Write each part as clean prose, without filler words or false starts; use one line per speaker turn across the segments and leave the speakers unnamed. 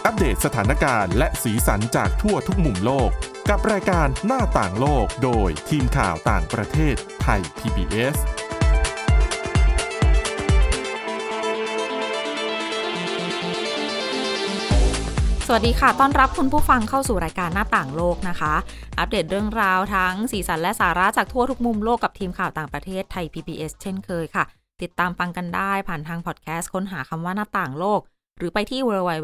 อัปเดตสถานการณ์และสีสันจากทั่วทุกมุมโลกกับรายการหน้าต่างโลกโดยทีมข่าวต่างประเทศไทย PBS
สวัสดีค่ะต้อนรับคุณผู้ฟังเข้าสู่รายการหน้าต่างโลกนะคะอัปเดตเรื่องราวทั้งสีสันและสาระจากทั่วทุกมุมโลกกับทีมข่าวต่างประเทศไทย PBS เช่นเคยค่ะติดตามฟังกันได้ผ่านทางพอดแคสต์ค้นหาคำว่าหน้าต่างโลกหรือไปที่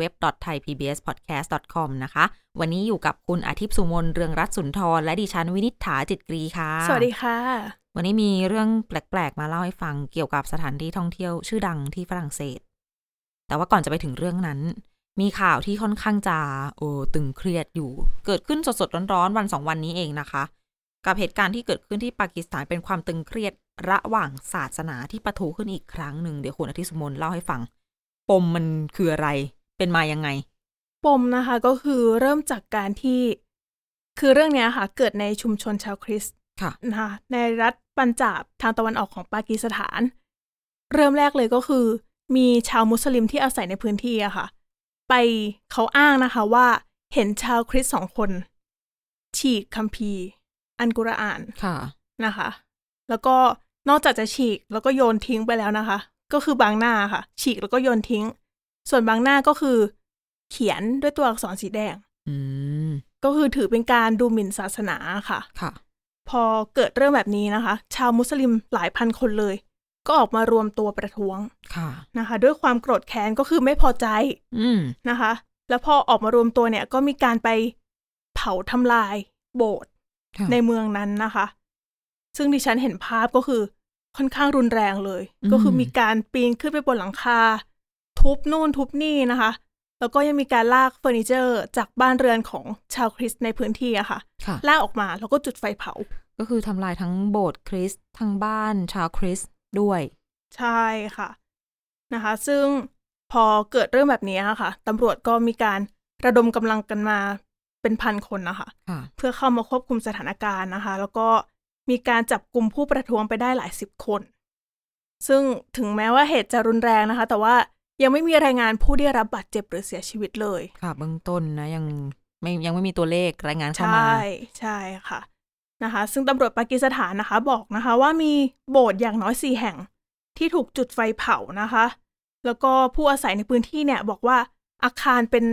www.thaipbspodcast.com นะคะวันนี้อยู่กับคุณอาทิตย์สุมนเรืองรัตน์สุนทรและดิฉันวินิษฐาจิตกรีค่ะ
สวัสดีค่ะ
วันนี้มีเรื่องแปลกๆมาเล่าให้ฟังเกี่ยวกับสถานที่ท่องเที่ยวชื่อดังที่ฝรั่งเศสแต่ว่าก่อนจะไปถึงเรื่องนั้นมีข่าวที่ค่อนข้างจะตึงเครียดอยู่เกิดขึ้นสดๆร้อนๆวัน2วันนี้เองนะคะกับเหตุการณ์ที่เกิดขึ้นที่ปากีสถานเป็นความตึงเครียดระหว่างศาสนาที่ปะทุขึ้นอีกครั้งหนึ่งเดี๋ยวคุณอาทิตย์สุมนเล่าให้ฟังปมมันคืออะไรเป็นมายังไง
ปมนะคะก็คือเริ่มจากการที่คือเรื่องนี้ค่ะเกิดในชุมชนชาวคริสต์นะคะในรัฐปัญจาบทางตะวันออกของปากีสถานเริ่มแรกเลยก็คือมีชาวมุสลิมที่อาศัยในพื้นที่อะค่ะไปเขาอ้างนะคะว่าเห็นชาวคริสต์2คนฉีกคัมภีร์อัลกุรอานนะคะแล้วก็นอกจากจะฉีกแล้วก็โยนทิ้งไปแล้วนะคะก็คือบางหน้าค่ะฉีกแล้วก็โยนทิ้งส่วนบางหน้าก็คือเขียนด้วยตัวอักษรสีแดงก็คือถือเป็นการดูหมิ่นศาสนาค่ะพอเกิดเรื่องแบบนี้นะคะชาวมุสลิมหลายพันคนเลยก็ออกมารวมตัวประท้วงนะคะด้วยความโกรธแค้นก็คือไม่พอใจนะคะแล้วพอออกมารวมตัวเนี่ยก็มีการไปเผาทำลายโบสถ์ในเมืองนั้นนะคะซึ่งดิฉันเห็นภาพก็คือค่อนข้างรุนแรงเลยก็คือมีการปีนขึ้นไปบนหลังคาทุบนู่นทุบนี่นะคะแล้วก็ยังมีการลากเฟอร์นิเจอร์จากบ้านเรือนของชาวคริสต์ในพื้นที่อะค่ะลากออกมาแล้วก็จุดไฟเผา
ก็คือทำลายทั้งโบสถ์คริสต์ทั้งบ้านชาวคริสต์ด้วย
ใช่ค่ะนะคะซึ่งพอเกิดเรื่องแบบนี้ค่ะตำรวจก็มีการระดมกำลังกันมาเป็นพันคนนะคะเพื่อเข้ามาควบคุมสถานการณ์นะคะแล้วก็มีการจับกุมผู้ประท้วงไปได้หลาย10คนซึ่งถึงแม้ว่าเหตุจะรุนแรงนะคะแต่ว่ายังไม่มีรายงานผู้ได้รับบาดเจ็บหรือเสียชีวิตเลย
ค่ะเบื้องต้นนะยังไม่มีตัวเลขรายงานเข้ามา
ใช่ค่ะนะคะซึ่งตำรวจปากีสถานนะคะบอกนะคะว่ามีโบสถ์อย่างน้อย4แห่งที่ถูกจุดไฟเผานะคะแล้วก็ผู้อาศัยในพื้นที่เนี่ยบอกว่าอาคารเป็น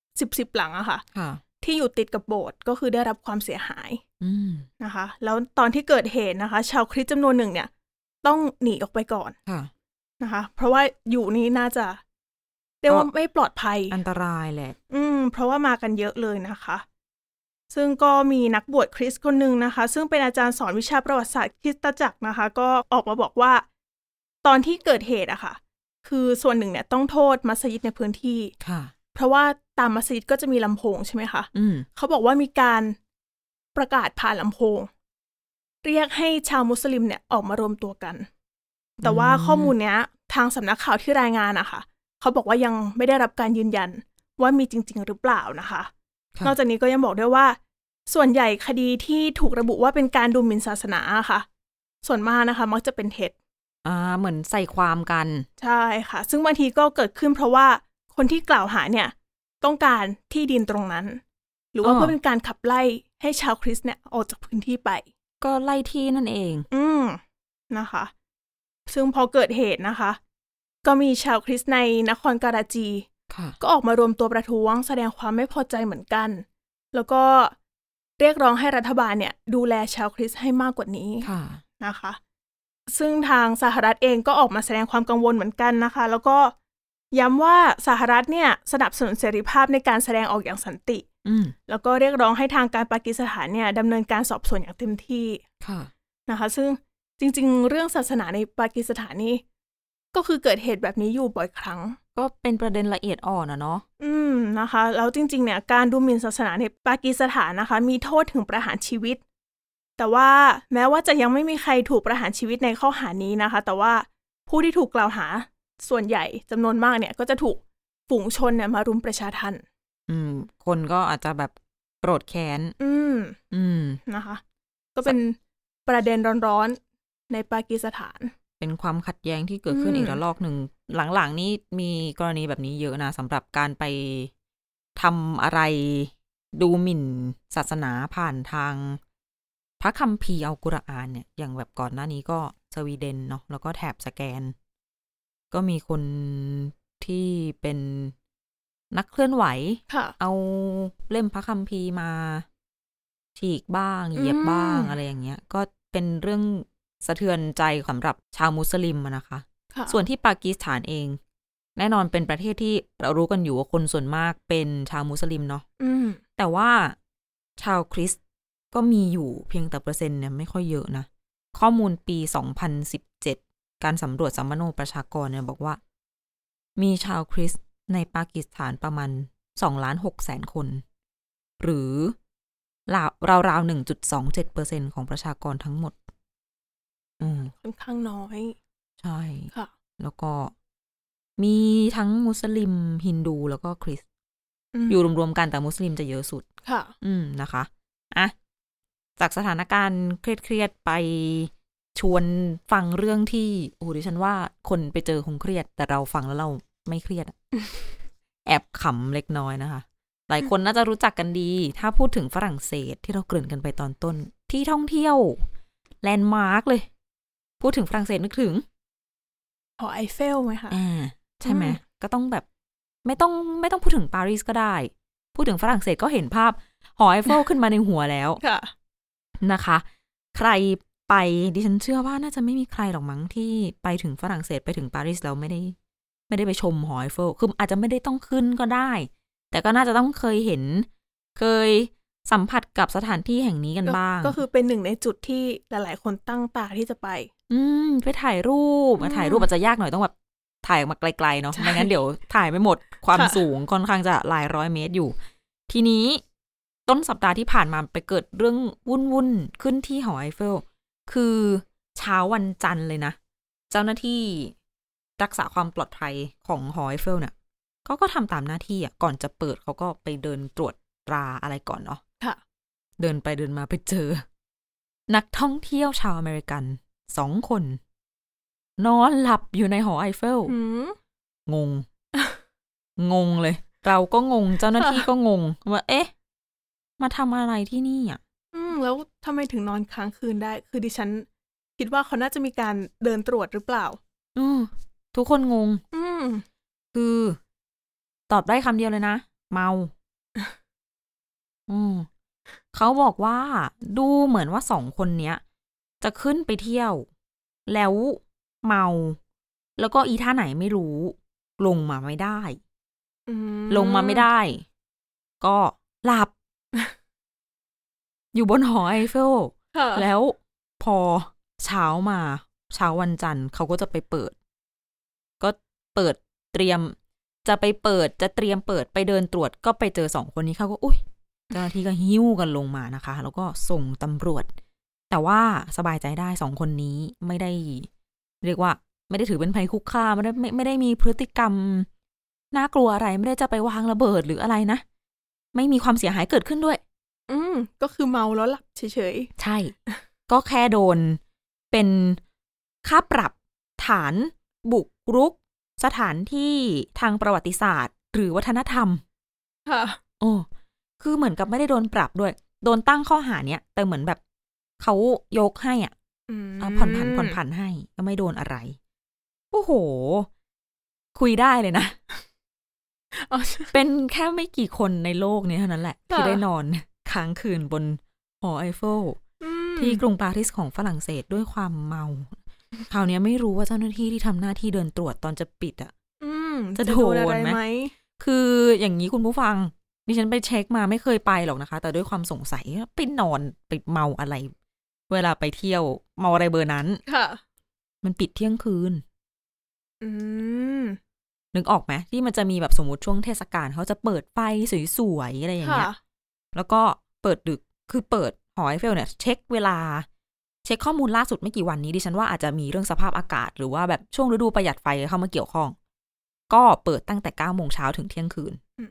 10หลังอะค่ะที่อยู่ติดกับโบสถ์ก็คือได้รับความเสียหายนะคะแล้วตอนที่เกิดเหตุนะคะชาวคริสต์จำนวนหนึ่งเนี่ยต้องหนีออกไปก่อนนะคะเพราะว่าอยู่นี้น่าจะเรียกว่าไม่ปลอดภัย
อันตรายแหละ
เพราะว่ามากันเยอะเลยนะคะซึ่งก็มีนักบวชคริสต์คนหนึ่งนะคะซึ่งเป็นอาจารย์สอนวิชาประวัติศาสตร์คริสตจักรนะคะก็ออกมาบอกว่าตอนที่เกิดเหตุอะค่ะคือส่วนหนึ่งเนี่ยต้องโทษมัสยิดในพื้นที่เพราะว่าตามมัสยิดก็จะมีลำโพงใช่ไหมคะเขาบอกว่ามีการประกาศผ่านลำโพงเรียกให้ชาวมุสลิมเนี่ยออกมารวมตัวกันแต่ว่าข้อมูลเนี้ยทางสำนักข่าวที่รายงานอะค่ะเขาบอกว่ายังไม่ได้รับการยืนยันว่ามีจริงๆหรือเปล่านะคะนอกจากนี้ก็ยังบอกด้วยว่าส่วนใหญ่คดีที่ถูกระบุว่าเป็นการดูหมิ่นศาสนาค่ะส่วนมากนะคะมักจะเป็นเท็จ
เหมือนใส่ความกัน
ใช่ค่ะซึ่งบางทีก็เกิดขึ้นเพราะว่าคนที่กล่าวหาเนี่ยต้องการที่ดินตรงนั้นหรือว่าเพื่อเป็นการขับไล่ให้ชาวคริสต์เนี่ยออกจากพื้นที่ไป
ก็ไล่ที่นั่นเอง
นะคะซึ่งพอเกิดเหตุนะคะก็มีชาวคริสต์ในนครการาจีก็ออกมารวมตัวประท้วงแสดงความไม่พอใจเหมือนกันแล้วก็เรียกร้องให้รัฐบาลเนี่ยดูแลชาวคริสต์ให้มากกว่านี้นะคะซึ่งทางสหรัฐเองก็ออกมาแสดงความกังวลเหมือนกันนะคะแล้วก็ย้ำว่าสหรัฐเนี่ยสนับสนุนเสรีภาพในการแสดงออกอย่างสันติแล้วก็เรียกร้องให้ทางการปากีสถานเนี่ยดำเนินการสอบสวนอย่างเต็มที่นะคะซึ่งจริงๆเรื่องศาสนาในปากีสถานนี่ก็คือเกิดเหตุแบบนี้อยู่บ่อยครั้ง
ก็เป็นประเด็นละเอียดอ่อนเนาะ
นะคะแล้วจริงๆเนี่ยการดูหมิ่นศาสนาในปากีสถานนะคะมีโทษถึงประหารชีวิตแต่ว่าแม้ว่าจะยังไม่มีใครถูกประหารชีวิตในข้อหานี้นะคะแต่ว่าผู้ที่ถูกกล่าวหาส่วนใหญ่จำนวนมากเนี่ยก็จะถูกฝูงชนเนี่ยมารุมประชาทัณฑ์
คนก็อาจจะแบบโกรธแค้น
นะคะก็เป็นประเด็นร้อนๆในปากีสถาน
เป็นความขัดแย้งที่เกิดขึ้นอีกระลอกหนึ่งหลังๆนี้มีกรณีแบบนี้เยอะนะสำหรับการไปทำอะไรดูหมิ่นศาสนาผ่านทางพระคัมภีร์อัลกุรอานเนี่ยอย่างแบบก่อนหน้านี้ก็สวีเดนเนาะแล้วก็แถบสแกนก็มีคนที่เป็นนักเคลื่อนไหวเอาเล่มพระคัมภีร์มาฉีกบ้างเหยียบบ้างอะไรอย่างเงี้ยก็เป็นเรื่องสะเทือนใจสำหรับชาวมุสลิมนะคะส่วนที่ปากีสถานเองแน่นอนเป็นประเทศที่เรารู้กันอยู่ว่าคนส่วนมากเป็นชาวมุสลิมเนาะแต่ว่าชาวคริสต์ก็มีอยู่เพียงแต่เปอร์เซ็นต์เนี่ยไม่ค่อยเยอะนะข้อมูลปี 2017 การสำรวจสัมมโนประชากรเนี่ยบอกว่ามีชาวคริสต์ในปากีสถานประมาณ 2,600,000 คนหรือราวๆ 1.27% ของประชากรทั้งหมด
ค่อนข้างน้อย
ใช่ค่ะแล้วก็มีทั้งมุสลิมฮินดูแล้วก็คริสต์อยู่รวมๆกันแต่มุสลิมจะเยอะสุด
ค่ะ
นะคะอ่ะจากสถานการณ์เครียดๆไปชวนฟังเรื่องที่ดิฉันว่าคนไปเจอคงเครียดแต่เราฟังแล้วเราไม่เครียด แอบขำเล็กน้อยนะคะหลายคนน่าจะรู้จักกันดีถ้าพูดถึงฝรั่งเศสที่เราเกริ่นกันไปตอนต้นที่ท่องเที่ยวแลนด์มาร์คเลยพูดถึงฝรั่งเศสนึกถึง
หอไอเฟลไหมคะ
ใช่ไหมก็ต้องแบบไม่ต้องพูดถึงปารีสก็ได้พูดถึงฝรั่งเศสก็เห็นภาพหอไอเฟลขึ้นมาในหัวแล้วนะคะใครไปดิฉันเชื่อว่าน่าจะไม่มีใครหรอกมั้งที่ไปถึงฝรั่งเศสไปถึงปารีสแล้วไม่ได้ไปชมหอไอเฟลคืออาจจะไม่ได้ต้องขึ้นก็ได้แต่ก็น่าจะต้องเคยเห็นเคยสัมผัสกับสถานที่แห่งนี้กันบ้าง
ก็คือเป็นหนึ่งในจุดที่หลายๆคนตั้งตาที่จะไป
ไปถ่ายรูปอาจจะยากหน่อยต้องแบบถ่ายมาไกลๆเนาะไม่งั้นเดี๋ยวถ่ายไม่หมดความสูงค่อนข้างจะหลายร้อยเมตรอยู่ทีนี้ต้นสัปดาห์ที่ผ่านมาไปเกิดเรื่องวุ่นๆขึ้นที่หอไอเฟลคือเช้าวันจันทร์เลยนะเจ้าหน้าที่รักษาความปลอดภัยของหอไอเฟลเนี่ยก็ทำตามหน้าที่อ่ะก่อนจะเปิดเขาก็ไปเดินตรวจตราอะไรก่อนเนาะ
ค่ะ
เดินไปเดินมาไปเจอนักท่องเที่ยวชาวอเมริกัน2 คนนอนหลับอยู่ในหอไอเฟลงงเลยเราก็งงเจ้าหน้าที่ก็งงว่าเอ๊ะมาทำอะไรที่นี่อ่ะ
แล้วทำไมถึงนอนค้างคืนได้คือดิฉันคิดว่าเขาน่าจะมีการเดินตรวจหรือเปล่า
ทุกคนงงคือตอบได้คำเดียวเลยนะเมาเขาบอกว่าดูเหมือนว่า2 คนเนี้ยจะขึ้นไปเที่ยวแล้วเมาแล้วก็อีท่าไหนไม่รู้ลงมาไม่ได้ก็หลับ อยู่บนหอไอเฟลแล้วพอเช้าวันจันทร์เขาก็จะไปเปิดเตรียมจะเตรียมเปิดไปเดินตรวจก็ไปเจอ2 คนนี้เขาก็เจ้าหน้าที่ก็หิ้วกันลงมานะคะแล้วก็ส่งตำรวจแต่ว่าสบายใจได้2 คนนี้ไม่ได้เรียกว่าไม่ได้ถือเป็นภัยคุกคามไม่ได้มีพฤติกรรมน่ากลัวอะไรไม่ได้จะไปวางระเบิดหรืออะไรนะไม่มีความเสียหายเกิดขึ้นด้วย
ก็คือเมาแล้วหลับเฉย
ๆใช่ก็แค่โดนเป็นค่าปรับฐานบุกรุกสถานที่ทางประวัติศาสตร์หรือวัฒนธรรม
ค่ะ
คือเหมือนกับไม่ได้โดนปรับด้วยโดนตั้งข้อหาเนี้ยแต่เหมือนแบบเขายกให้อ่ะผ่อนผันให้ก็ไม่โดนอะไรโอ้โหคุยได้เลยนะเป็นแค่ไม่กี่คนในโลกนี้เท่านั้นแหละที่ได้นอนค้างคืนบนหอไอเฟลที่กรุงปารีสของฝรั่งเศสด้วยความเมาคราวนี้ไม่รู้ว่าเจ้าหน้าที่ที่ทำหน้าที่เดินตรวจตอนจะปิดอ่ะจะโดนไหมคืออย่างนี้คุณผู้ฟังดิฉันไปเช็คมาไม่เคยไปหรอกนะคะแต่ด้วยความสงสัยไปนอนไปเมาอะไรเวลาไปเที่ยวเมาอะไรเบอร์นั้น
ค่ะ
มันปิดเที่ยงคืนนึกออกไหมที่มันจะมีแบบสมมติช่วงเทศกาลเขาจะเปิดไฟสวยๆอะไรอย่างเงี้ยแล้วก็เปิดดึกคือเปิดหอไอเฟลเนี่ยเช็คเวลาเช็คข้อมูลล่าสุดไม่กี่วันนี้ดิฉันว่าอาจจะมีเรื่องสภาพอากาศหรือว่าแบบช่วงฤดูประหยัดไฟเข้ามาเกี่ยวข้องก็เปิดตั้งแต่ 9 โมงเช้าถึงเที่ยงคืน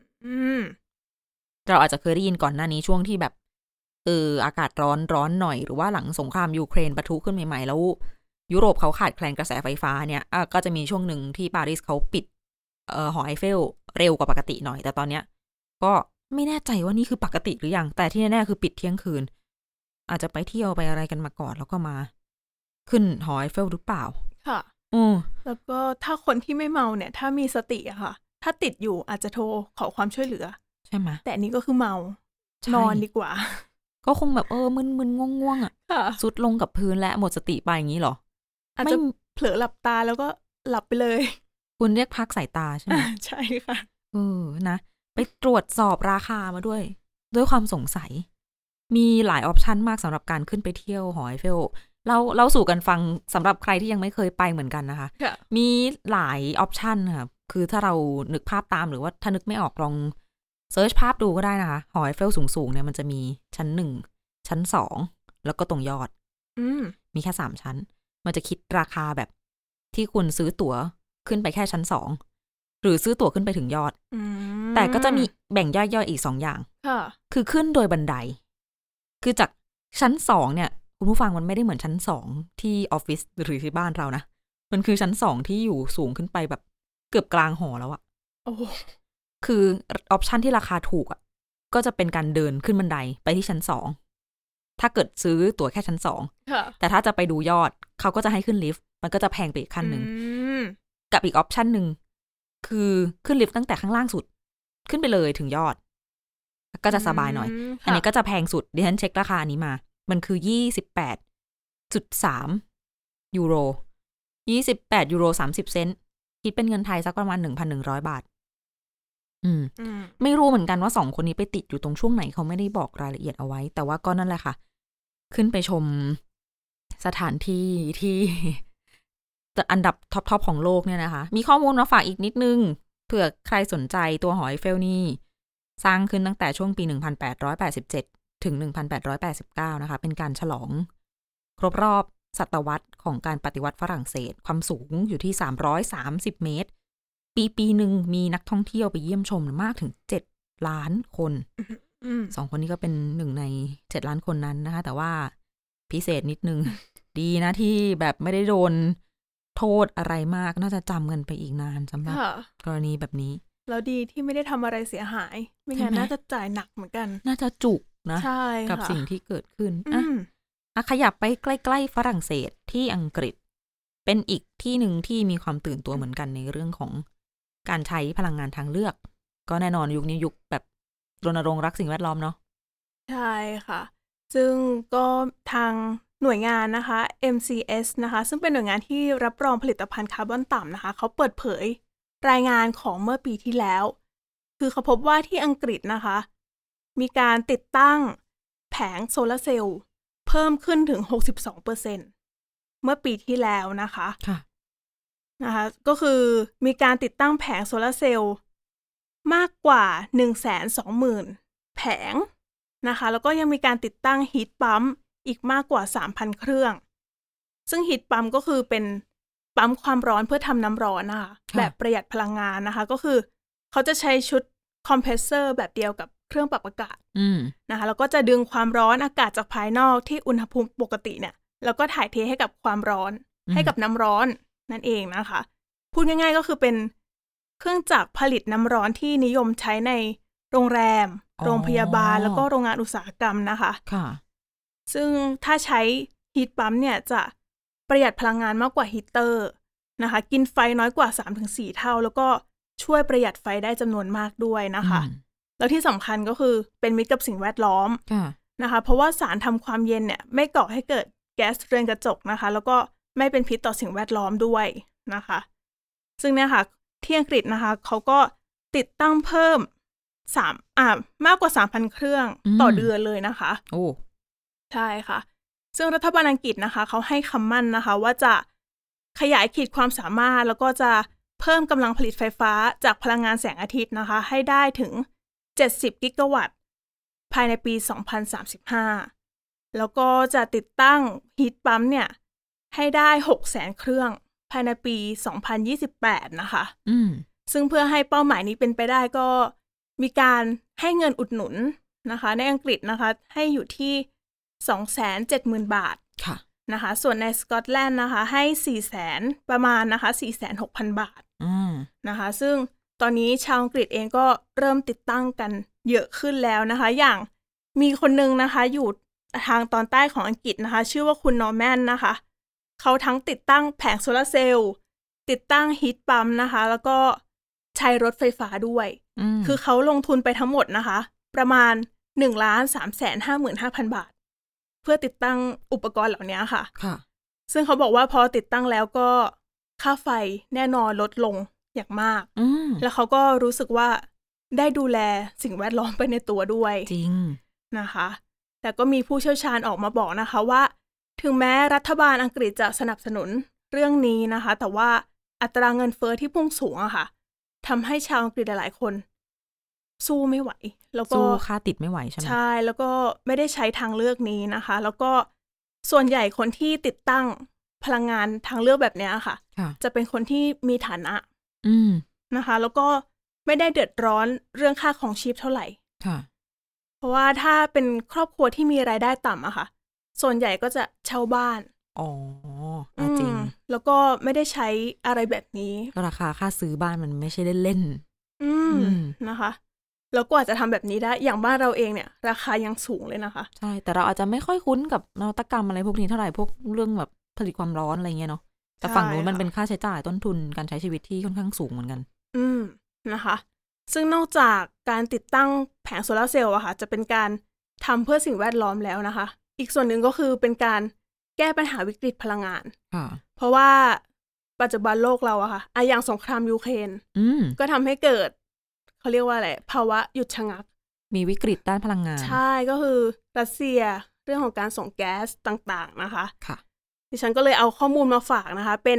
เราอาจจะเคยได้ยินก่อนหน้านี้ช่วงที่แบบอากาศร้อนหน่อยหรือว่าหลังสงครามยูเครนปะทุขึ้นใหม่ๆแล้วยุโรปเขาขาดแคลนกระแสไฟฟ้าเนี่ยก็จะมีช่วงหนึ่งที่ปารีสเขาปิดหอไอเฟลเร็วกว่าปกติหน่อยแต่ตอนเนี้ยก็ไม่แน่ใจว่านี่คือปกติหรือยังแต่ที่แน่ๆคือปิดเที่ยงคืนอาจจะไปเที่ยวไปอะไรกันมาก่อนแล้วก็มาขึ้นหอไอเฟลหรือเปล่า
ค่ะแล้วก็ถ้าคนที่ไม่เมาเนี่ยถ้ามีสติอะค่ะถ้าติดอยู่อาจจะโทรขอความช่วยเหลือ
ใช่ไหม
แต่อันนี้ก็คือเมานอนดีกว่า
ก็คงแบบมึนๆง่วงๆอ่ะสุดลงกับพื้นและหมดสติไปอย่างนี้หรอ
อาจจะเผลอหลับตาแล้วก็หลับไปเลย
คุณเรียกพักสายตาใช่ไหม
ใช่ค่ะ
นะไปตรวจสอบราคามาด้วยความสงสัยมีหลายออปชันมากสำหรับการขึ้นไปเที่ยวหอไอเฟลเราสู่กันฟังสำหรับใครที่ยังไม่เคยไปเหมือนกันนะคะมีหลายออปชันค่ะคือถ้าเรานึกภาพตามหรือว่าถ้านึกไม่ออกลองเซิร์ชภาพดูก็ได้นะคะหอไอเฟลสูงๆเนี่ยมันจะมีชั้น1ชั้น2แล้วก็ตรงยอดมีแค่3ชั้นมันจะคิดราคาแบบที่คุณซื้อตั๋วขึ้นไปแค่ชั้น2หรือซื้อตั๋วขึ้นไปถึงยอดแต่ก็จะมีแบ่งย่อยๆอีก2อย่างคือขึ้นโดยบันไดคือจากชั้น2เนี่ยคุณผู้ฟังมันไม่ได้เหมือนชั้น2ที่ออฟฟิศหรือที่บ้านเรานะมันคือชั้น2ที่อยู่สูงขึ้นไปแบบเกือบกลางหอแล้วอะคือออปชันที่ราคาถูกอะก็จะเป็นการเดินขึ้นบันไดไปที่ชั้น2ถ้าเกิดซื้อตั๋วแค่ชั้น2แต่ถ้าจะไปดูยอดเขาก็จะให้ขึ้นลิฟต์มันก็จะแพงไปอีกขั้นนึงกับอีกออปชันนึงคือขึ้นลิฟต์ตั้งแต่ข้างล่างสุดขึ้นไปเลยถึงยอดก็จะสบายหน่อยอันนี้ก็จะแพงสุดดิฉันเช็คราคานี้มามันคือ 28.3 ยูโร28ยูโร30 เซนต์คิดเป็นเงินไทยสักประมาณ 1,100 บาทไม่รู้เหมือนกันว่า2คนนี้ไปติดอยู่ตรงช่วงไหนเขาไม่ได้บอกรายละเอียดเอาไว้แต่ว่าก็นั่นแหละค่ะขึ้นไปชมสถานที่ที่อันดับท็อปของโลกเนี่ยนะคะมีข้อมูลมาฝากอีกนิดนึงเผื่อใครสนใจตัวหอไอเฟลนี่สร้างขึ้นตั้งแต่ช่วงปี1887ถึง1889นะคะเป็นการฉลองครบรอบศตวรรษของการปฏิวัติฝรั่งเศสความสูงอยู่ที่330เมตรปีหนึ่งมีนักท่องเที่ยวไปเยี่ยมชมมากถึง7 ล้านคน2 คนนี้ก็เป็น1ใน7 ล้านคนนั้นนะคะแต่ว่าพิเศษนิดนึง ดีนะที่แบบไม่ได้โดนโทษอะไรมากน่าจะจำกันไปอีกนานสำหรับกรณีแบบนี้
แล้วดีที่ไม่ได้ทำอะไรเสียหายไม่งั้นน่าจะจ่ายหนักเหมือนกัน
น่าจะจุกนะกับสิ่งที่เกิดขึ้นขยับไปใกล้ๆฝรั่งเศสที่อังกฤษเป็นอีกที่หนึ่งที่มีความตื่นตัวเหมือนกันในเรื่องของการใช้พลังงานทางเลือกก็แน่นอนยุคนี้ยุคแบบรณรงค์รักสิ่งแวดล้อมเนาะ
ใช่ค่ะซึ่งก็ทางหน่วยงานนะคะ MCS นะคะซึ่งเป็นหน่วยงานที่รับรองผลิตภัณฑ์คาร์บอนต่ำนะคะเขาเปิดเผยรายงานของเมื่อปีที่แล้วคือเขาพบว่าที่อังกฤษนะคะมีการติดตั้งแผงโซลาร์เซลล์เพิ่มขึ้นถึง 62% เมื่อปีที่แล้วนะคะก็คือมีการติดตั้งแผงโซลาร์เซลล์มากกว่า 120,000 แผงนะคะแล้วก็ยังมีการติดตั้งฮีทปั๊มอีกมากกว่า 3,000 เครื่องซึ่งฮีทปั๊มก็คือเป็นปั๊มความร้อนเพื่อทำน้ำร้อนนะคะแบบประหยัดพลังงานนะคะก็คือเขาจะใช้ชุดคอมเพรสเซอร์แบบเดียวกับเครื่องปรับอากาศนะคะแล้วก็จะดึงความร้อนอากาศจากภายนอกที่อุณหภูมิปกติเนี่ยแล้วก็ถ่ายเทให้กับความร้อนให้กับน้ำร้อนนั่นเองนะคะพูดง่ายๆก็คือเป็นเครื่องจักรผลิตน้ำร้อนที่นิยมใช้ในโรงแรมโรงพยาบาลแล้วก็โรงงานอุตสาหกรรมนะคะซึ่งถ้าใช้ฮีทปั๊มเนี่ยจะประหยัดพลังงานมากกว่าฮีตเตอร์นะคะกินไฟน้อยกว่า 3-4 เท่าแล้วก็ช่วยประหยัดไฟได้จำนวนมากด้วยนะคะแล้วที่สำคัญก็คือเป็นมิตรกับสิ่งแวดล้อมนะคะเพราะว่าสารทำความเย็นเนี่ยไม่ก่อให้เกิดแก๊สเรือนกระจกนะคะแล้วก็ไม่เป็นพิษต่อสิ่งแวดล้อมด้วยนะคะซึ่งเนี่ยค่ะที่อังกฤษนะคะเขาก็ติดตั้งเพิ่มมากกว่า 3,000 เครื่องต่อเดือนเลยนะคะ
โอ้
ใช่ค่ะซึ่งรัฐบาลอังกฤษนะคะเขาให้คำมั่นนะคะว่าจะขยายขีดความสามารถแล้วก็จะเพิ่มกำลังผลิตไฟฟ้าจากพลังงานแสงอาทิตย์นะคะให้ได้ถึง70กิกะวัตต์ภายในปี2035แล้วก็จะติดตั้งฮีทปั๊มเนี่ยให้ได้ 600,000 เครื่องภายในปี2028นะคะซึ่งเพื่อให้เป้าหมายนี้เป็นไปได้ก็มีการให้เงินอุดหนุนนะคะในอังกฤษนะคะให้อยู่ที่ 270,000 บาทนะคะส่วนในสกอตแลนด์นะคะให้ 400,000 ประมาณนะคะ 460,000 บาทนะคะซึ่งตอนนี้ชาวอังกฤษเองก็เริ่มติดตั้งกันเยอะขึ้นแล้วนะคะอย่างมีคนนึงนะคะอยู่ทางตอนใต้ของอังกฤษนะคะชื่อว่าคุณนอร์แมนนะคะเขาทั้งติดตั้งแผงโซลาร์เซลล์ติดตั้งฮีทปั๊มนะคะแล้วก็ใช้รถไฟฟ้าด้วยคือเขาลงทุนไปทั้งหมดนะคะประมาณ 1,355,500 บาทเพื่อติดตั้งอุปกรณ์เหล่านี้ค่ะซึ่งเขาบอกว่าพอติดตั้งแล้วก็ค่าไฟแน่นอนลดลงอย่างมากแล้วเขาก็รู้สึกว่าได้ดูแลสิ่งแวดล้อมไปในตัวด้วย
จริง
นะคะแต่ก็มีผู้เชี่ยวชาญออกมาบอกนะคะว่าถึงแม้รัฐบาลอังกฤษจะสนับสนุนเรื่องนี้นะคะแต่ว่าอัตราเงินเฟ้อที่พุ่งสูงอะค่ะทำให้ชาวอังกฤษหลายคนสู้ไม่ไหวแล้วก็
สู้ค่าติดไม่ไหวใช่ไหม
ใช่แล้วก็ไม่ได้ใช้ทางเลือกนี้นะคะแล้วก็ส่วนใหญ่คนที่ติดตั้งพลังงานทางเลือกแบบนี้ค่ะจะเป็นคนที่มีฐานะนะคะแล้วก็ไม่ได้เดือดร้อนเรื่องค่าของชีพเท่าไหร่เพราะว่าถ้าเป็นครอบครัวที่มีรายได้ต่ำอะค่ะส่วนใหญ่ก็จะเช่าบ้าน
จริง
แล้วก็ไม่ได้ใช้อะไรแบบนี้
ราคาค่าซื้อบ้านมันไม่ใช่เล่น
ๆนะคะแล้วก็อาจจะทำแบบนี้ได้อย่างบ้านเราเองเนี่ยราคายังสูงเลยนะคะ
ใช่แต่เราอาจจะไม่ค่อยคุ้นกับนวัตกรรมอะไรพวกนี้เท่าไหร่พวกเรื่องแบบผลิตความร้อนอะไรเงี้ยเนาะแต่ฝั่งนู้นมันเป็นค่าใช้จ่ายต้นทุนการใช้ชีวิตที่ค่อนข้างสูงเหมือนกัน
นะคะซึ่งนอกจากการติดตั้งแผงโซลาร์เซลล์อะค่ะจะเป็นการทำเพื่อสิ่งแวดล้อมแล้วนะคะอีกส่วนหนึ่งก็คือเป็นการแก้ปัญหาวิกฤตพลังงานเพราะว่าปัจจุบันโลกเราอะค่ะอย่างสงครามยูเครนก็ทำให้เกิดเขาเรียกว่าอะไรภาวะหยุดชะงัก
มีวิกฤตด้านพลังงาน
ใช่ก็คือรัสเซียเรื่องของการส่งแก๊สต่างๆนะคะ
ค่ะ
ดิฉันก็เลยเอาข้อมูลมาฝากนะคะเป็น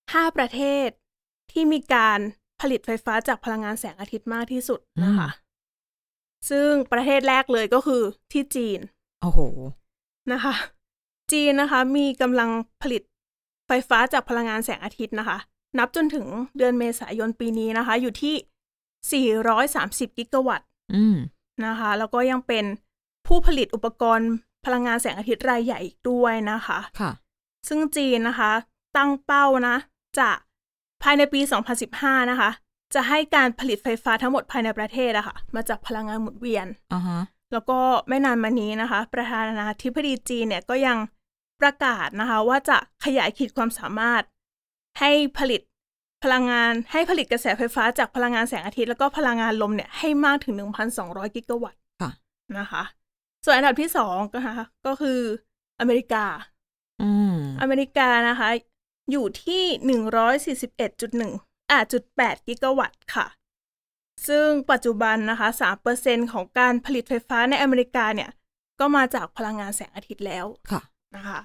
5ประเทศที่มีการผลิตไฟฟ้าจากพลังงานแสงอาทิตย์มากที่สุดนะคะซึ่งประเทศแรกเลยก็คือที่จีน
โอ้โห
นะคะจีนนะคะมีกำลังผลิตไฟฟ้าจากพลังงานแสงอาทิตย์นะคะนับจนถึงเดือนเมษายนปีนี้นะคะอยู่ที่430กิกะวัตต์นะคะแล้วก็ยังเป็นผู้ผลิตอุปกรณ์พลังงานแสงอาทิตย์รายใหญ่อีกด้วยนะคะ
ค่ะ
ซึ่งจีนนะคะตั้งเป้านะจะภายในปี2015นะคะจะให้การผลิตไฟฟ้าทั้งหมดภายในประเทศอะค่ะมาจากพลังงานหมุนเวียนแล้วก็ไม่นานมานี้นะคะประธานาธิบดีจีนเนี่ยก็ยังประกาศนะคะว่าจะขยายขีดความสามารถให้ผลิตกระแสไฟฟ้าจากพลังงานแสงอาทิตย์แล้วก็พลังงานลมเนี่ยให้มากถึง 1,200 กิกะวัตต์นะคะส่วนอันดับที่2นะคะก็คืออเมริกานะคะอยู่ที่ 141.8 กิกะวัตต์ค่ะซึ่งปัจจุบันนะคะ 3% ของการผลิตไฟฟ้าในอเมริกาเนี่ยก็มาจากพลังงานแสงอาทิตย์แล้วนะคะ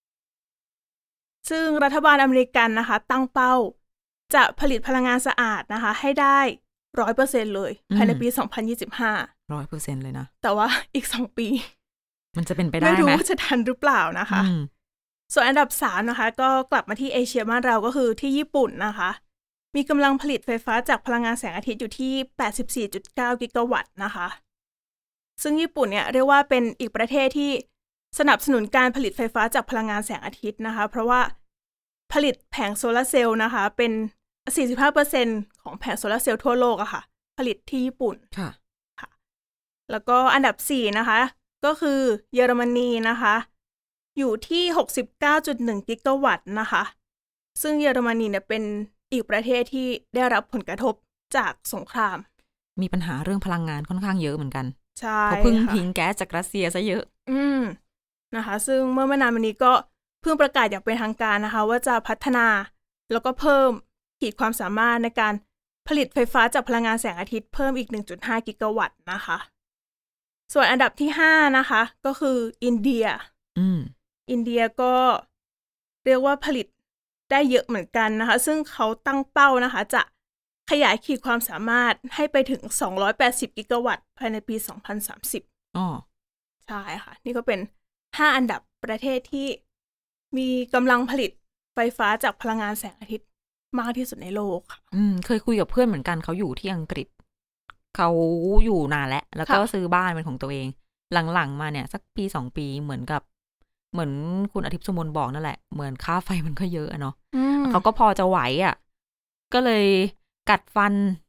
ซึ่งรัฐบาลอเมริกันนะคะตั้งเป้าจะผลิตพลังงานสะอาดนะคะให้ได้ 100% เลยภายในปี 2025
100% เลยนะ
แต่ว่าอีก2ปี
มันจะเป็นไปได้ไหม
ไม่รู้ว่าจะทันหรือเปล่านะคะส่วนอันดับ3นะคะก็กลับมาที่เอเชียบ้านเราก็คือที่ญี่ปุ่นนะคะมีกำลังผลิตไฟฟ้าจากพลังงานแสงอาทิตย์อยู่ที่ 84.9 กิกะวัตต์นะคะซึ่งญี่ปุ่นเนี่ยเรียกว่าเป็นอีกประเทศที่สนับสนุนการผลิตไฟฟ้าจากพลังงานแสงอาทิตย์นะคะเพราะว่าผลิตแผงโซลาร์เซลล์นะคะเป็น 45% ของแผงโซลาร์เซลล์ทั่วโลกอะค่ะผลิตที่ญี่ปุ่น
ค่ะ
แล้วก็อันดับ4นะคะก็คือเยอรมนีนะคะอยู่ที่ 69.1 กิกะวัตต์นะคะซึ่งเยอรมนีเนี่ยเป็นอีกประเทศที่ได้รับผลกระทบจากสงคราม
มีปัญหาเรื่องพลังงานค่อนข้างเยอะเหมือนกัน
ใช่
เพราะพึ่งพิงแก๊สจากรัสเซียซะเยอะ
นะคะซึ่งเมื่อไม่นานมานี้ก็เพิ่งประกาศอย่างเป็นทางการนะคะว่าจะพัฒนาแล้วก็เพิ่มขีดความสามารถในการผลิตไฟฟ้าจากพลังงานแสงอาทิตย์เพิ่มอีก 1.5 กิกะวัตต์นะคะส่วนอันดับที่5นะคะก็คืออินเดียอินเดียก็เรียกว่าผลิตได้เยอะเหมือนกันนะคะซึ่งเขาตั้งเป้านะคะจะขยายขีดความสามารถให้ไปถึง280กิกะวัตต์ภายในปี2030ใช่ค่ะนี่ก็เป็น5อันดับประเทศที่มีกำลังผลิตไฟฟ้าจากพลังงานแสงอาทิตย์มากที่สุดในโลกค่ะ
เคยคุยกับเพื่อนเหมือนกันเขาอยู่ที่อังกฤษเขาอยู่นานแล้วก็ซื้อบ้านเป็นของตัวเองหลังๆมาเนี่ยสักปี2ปีเหมือนคุณอาทิตย์สุมนบอกนั่นแหละเหมือนค่าไฟมันก็เยอะเนาะเขาก็พอจะไหวก็เลยกัดฟัน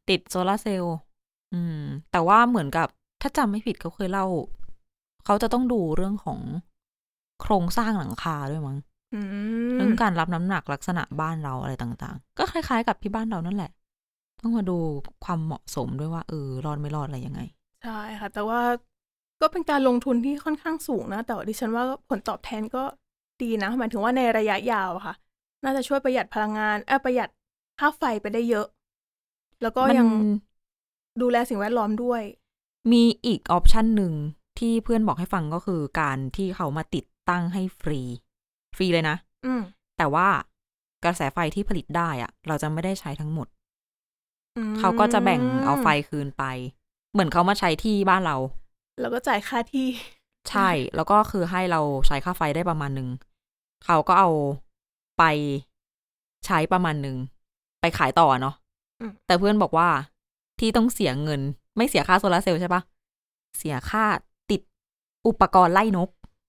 ติดโซลาร์เซลล์แต่ว่าเหมือนกับถ้าจำไม่ผิดเขาเคยเล่าเขาจะต้องดูเรื่องของโครงสร้างหลังคาด้วยมั้งเรื่องการรับน้ำหนักลักษณะบ้านเราอะไรต่างๆก็คล้ายๆกับที่บ้านเรานั่นแหละต้องมาดูความเหมาะสมด้วยว่ารอดไม่รอดอะไรยังไง
ใช่ค่ะแต่ว่าก็เป็นการลงทุนที่ค่อนข้างสูงนะแต่ดิฉันว่าผลตอบแทนก็ดีนะหมายถึงว่าในระยะยาวค่ะน่าจะช่วยประหยัดพลังงานประหยัดค่าไฟไปได้เยอะแล้วก็ยังดูแลสิ่งแวดล้อมด้วย
มีอีกออปชันหนึ่งที่เพื่อนบอกให้ฟังก็คือการที่เขามาติดตั้งให้ฟรีเลยนะแต่ว่ากระแสไฟที่ผลิตได้อะเราจะไม่ได้ใช้ทั้งหมดเขาก็จะแบ่งเอาไฟคืนไปเหมือนเขามาใช้ที่บ้านเรา
แล้วก็จ่ายค่าที่
ใช่แล้วก็คือให้เราใช้ค่าไฟได้ประมาณนึงเขาก็เอาไปใช้ประมาณนึงไปขายต่อเนาะแต่เพื่อนบอกว่าที่ต้องเสียเงินไม่เสียค่าโซลาร์เซลล์ใช่ปะเสียค่าติดอุปกรณ์ไล่นก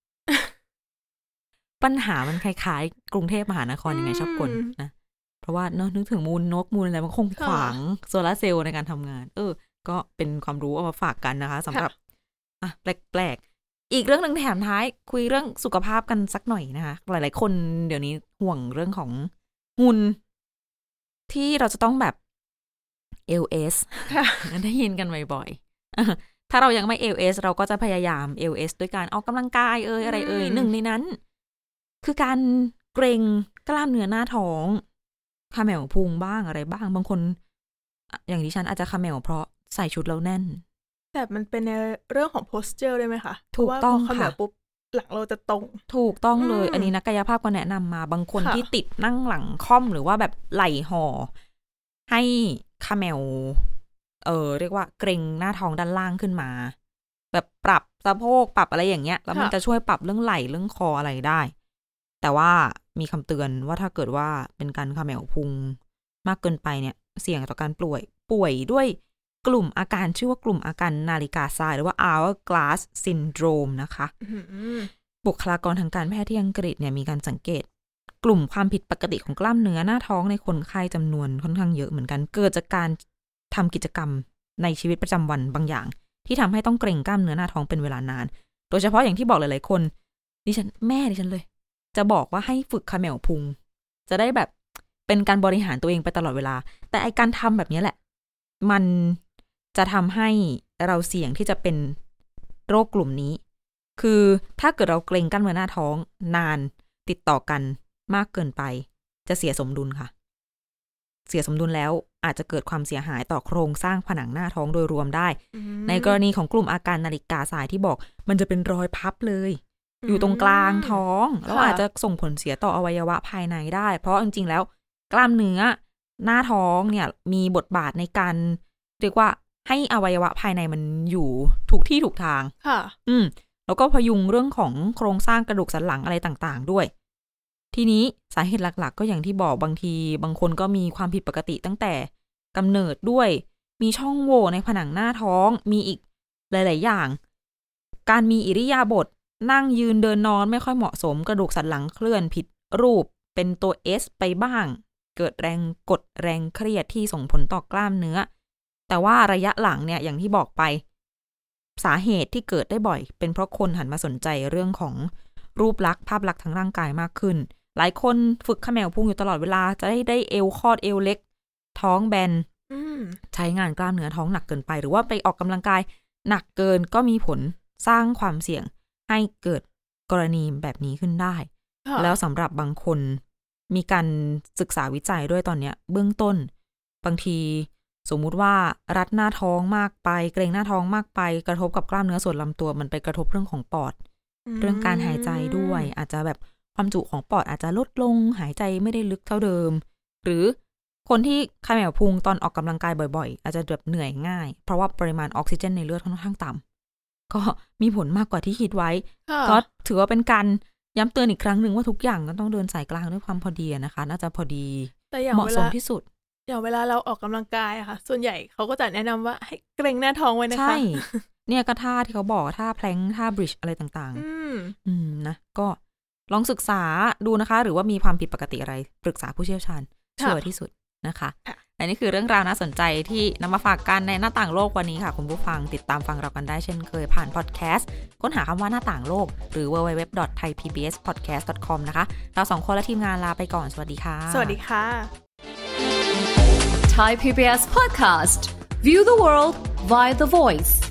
ปัญหามันคล้ายๆกรุงเทพมหานครยังไงชอบกลนะเพราะว่าเนอะนึกถึงมูลนกมูลอะไรมันคงขวางโซลาร์เซลล์ในการทำงานก็เป็นความรู้เอามาฝากกันนะคะสำหรับแปลกๆอีกเรื่องนึงแถมท้ายคุยเรื่องสุขภาพกันสักหน่อยนะคะหลายๆคนเดี๋ยวนี้ห่วงเรื่องของหุ่นที่เราจะต้องแบบ LS ได้ยินกันบ่อยๆถ้าเรายังไม่ LS เราก็จะพยายาม LS ด้วยการออกกำลังกายอะไรหนึ่งในนั้นคือการเกร็งกล้ามเนื้อหน้าท้องคาแมวพุงบ้างอะไรบ้างบางคนอย่างดิฉันอาจจะคาแมวเพราะใส่ชุดแล้วแน่น
แต่มันเป็นในเรื่องของ posture ได้ไหมคะ
ถูกต้องค่ะ
คาแมวปุ๊บหลังเราจะตรง
ถูกต้องเลยอันนี้นักกายภาพก็แนะนำมาบางคนที่ติดนั่งหลังค่อมหรือว่าแบบไหล่ห่อให้คาแมวเรียกว่าเกร็งหน้าท้องด้านล่างขึ้นมาแบบปรับสะโพกปรับอะไรอย่างเงี้ยแล้วมันจะช่วยปรับเรื่องไหล่เรื่องคออะไรได้แต่ว่ามีคำเตือนว่าถ้าเกิดว่าเป็นการคาแมวพุงมากเกินไปเนี่ยเสี่ยงต่อการป่วยด้วยกลุ่มอาการชื่อว่ากลุ่มอาการนาฬิกาทรายหรือว่า hourglass syndrome นะคะบุคลากรทางการแพทย์ที่อังกฤษเนี่ยมีการสังเกตกลุ่มความผิดปกติของกล้ามเนื้อหน้าท้องในคนไข้จำนวนค่อนข้างเยอะเหมือนกันเกิดจากการทำกิจกรรมในชีวิตประจำวันบางอย่างที่ทำให้ต้องเกร็งกล้ามเนื้อหน้าท้องเป็นเวลานานโดยเฉพาะอย่างที่บอกหลายๆคนดิฉันเลยจะบอกว่าให้ฝึกคาแมวพุงจะได้แบบเป็นการบริหารตัวเองไปตลอดเวลาแต่ไอการทำแบบนี้แหละมันจะทำให้เราเสี่ยงที่จะเป็นโรคกลุ่มนี้คือถ้าเกิดเราเกร็งกล้ามเนื้อหน้าท้องนานติดต่อกันมากเกินไปจะเสียสมดุลค่ะเสียสมดุลแล้วอาจจะเกิดความเสียหายต่อโครงสร้างผนังหน้าท้องโดยรวมได้ในกรณีของกลุ่มอาการนาฬิกาทรายที่บอกมันจะเป็นรอยพับเลยอยู่ตรงกลางท้องแล้วอาจจะส่งผลเสียต่ออวัยวะภายในได้เพราะจริงๆแล้วกล้ามเนื้อหน้าท้องเนี่ยมีบทบาทในการเรียกว่าให้อวัยวะภายในมันอยู่ถูกที่ถูกทาง
ค่ะ
แล้วก็พยุงเรื่องของโครงสร้างกระดูกสันหลังอะไรต่างๆด้วยทีนี้สาเหตุหลักๆก็อย่างที่บอกบางทีบางคนก็มีความผิดปกติตั้งแต่กำเนิดด้วยมีช่องโหว่ในผนังหน้าท้องมีอีกหลายๆอย่างการมีอิริยาบถนั่งยืนเดินนอนไม่ค่อยเหมาะสมกระดูกสันหลังเคลื่อนผิดรูปเป็นตัว S ไปบ้างเกิดแรงกดแรงเครียดที่ส่งผลต่อกล้ามเนื้อแต่ว่าระยะหลังเนี่ยอย่างที่บอกไปสาเหตุที่เกิดได้บ่อยเป็นเพราะคนหันมาสนใจเรื่องของรูปลักษณ์ภาพลักษณ์ทางร่างกายมากขึ้นหลายคนฝึกคาแมวพุงอยู่ตลอดเวลาจะได้เอวคอดเอวเล็กท้องแบนใช้งานกล้ามเนื้อท้องหนักเกินไปหรือว่าไปออกกำลังกายหนักเกินก็มีผลสร้างความเสี่ยงให้เกิดกรณีแบบนี้ขึ้นได้แล้วสำหรับบางคนมีการศึกษาวิจัยด้วยตอนเนี้ยเบื้องต้นบางทีสมมุติว่ารัดหน้าท้องมากไปเกร็งหน้าท้องมากไปกระทบกับกล้ามเนื้อส่วนลำตัวมันไปกระทบเรื่องของปอดเรื่องการหายใจด้วยอาจจะแบบความจุของปอดอาจจะลดลงหายใจไม่ได้ลึกเท่าเดิมหรือคนที่คาแมวพุงตอนออกกำลังกายบ่อยๆอาจจะแบบเหนื่อยง่ายเพราะว่าปริมาณออกซิเจนในเลือดค่อนข้างต่ำก็มีผลมากกว่าที่คิดไว้ก็ถือว่าเป็นการย้ำเตือนอีกครั้งหนึ่งว่าทุกอย่างก็ต้องเดินสายกลางด้วยความพอดีนะคะน่าจะพอดีเหมาะสมที่สุด
อย่างเวลาเราออกกำลังกายอะค่ะส่วนใหญ่เขาก็จะแนะนำว่าให้เกร็งหน้าท้องไว้นะคะใช่
เนี่ยก็ท่าที่เขาบอกท่าแพลงท่าบริดจ์อะไรต่างๆนะก็ลองศึกษาดูนะคะหรือว่ามีความผิดปกติอะไรปรึกษาผู้เชี่ยวชาญชัวร์ที่สุดนะคะและนี่คือเรื่องราวน่าสนใจที่นำมาฝากกันในหน้าต่างโลกวันนี้ค่ะคุณผู้ฟังติดตามฟังเรากันได้เช่นเคยผ่านพอดแคสต์ค้นหาคำว่าหน้าต่างโลกหรือ www.thaipbspodcast.com นะคะเรา2คนและทีมงานลาไปก่อนสวัสดีค่ะ
สวัสดีค่ะ
Thai PBS Podcast View the world via the voice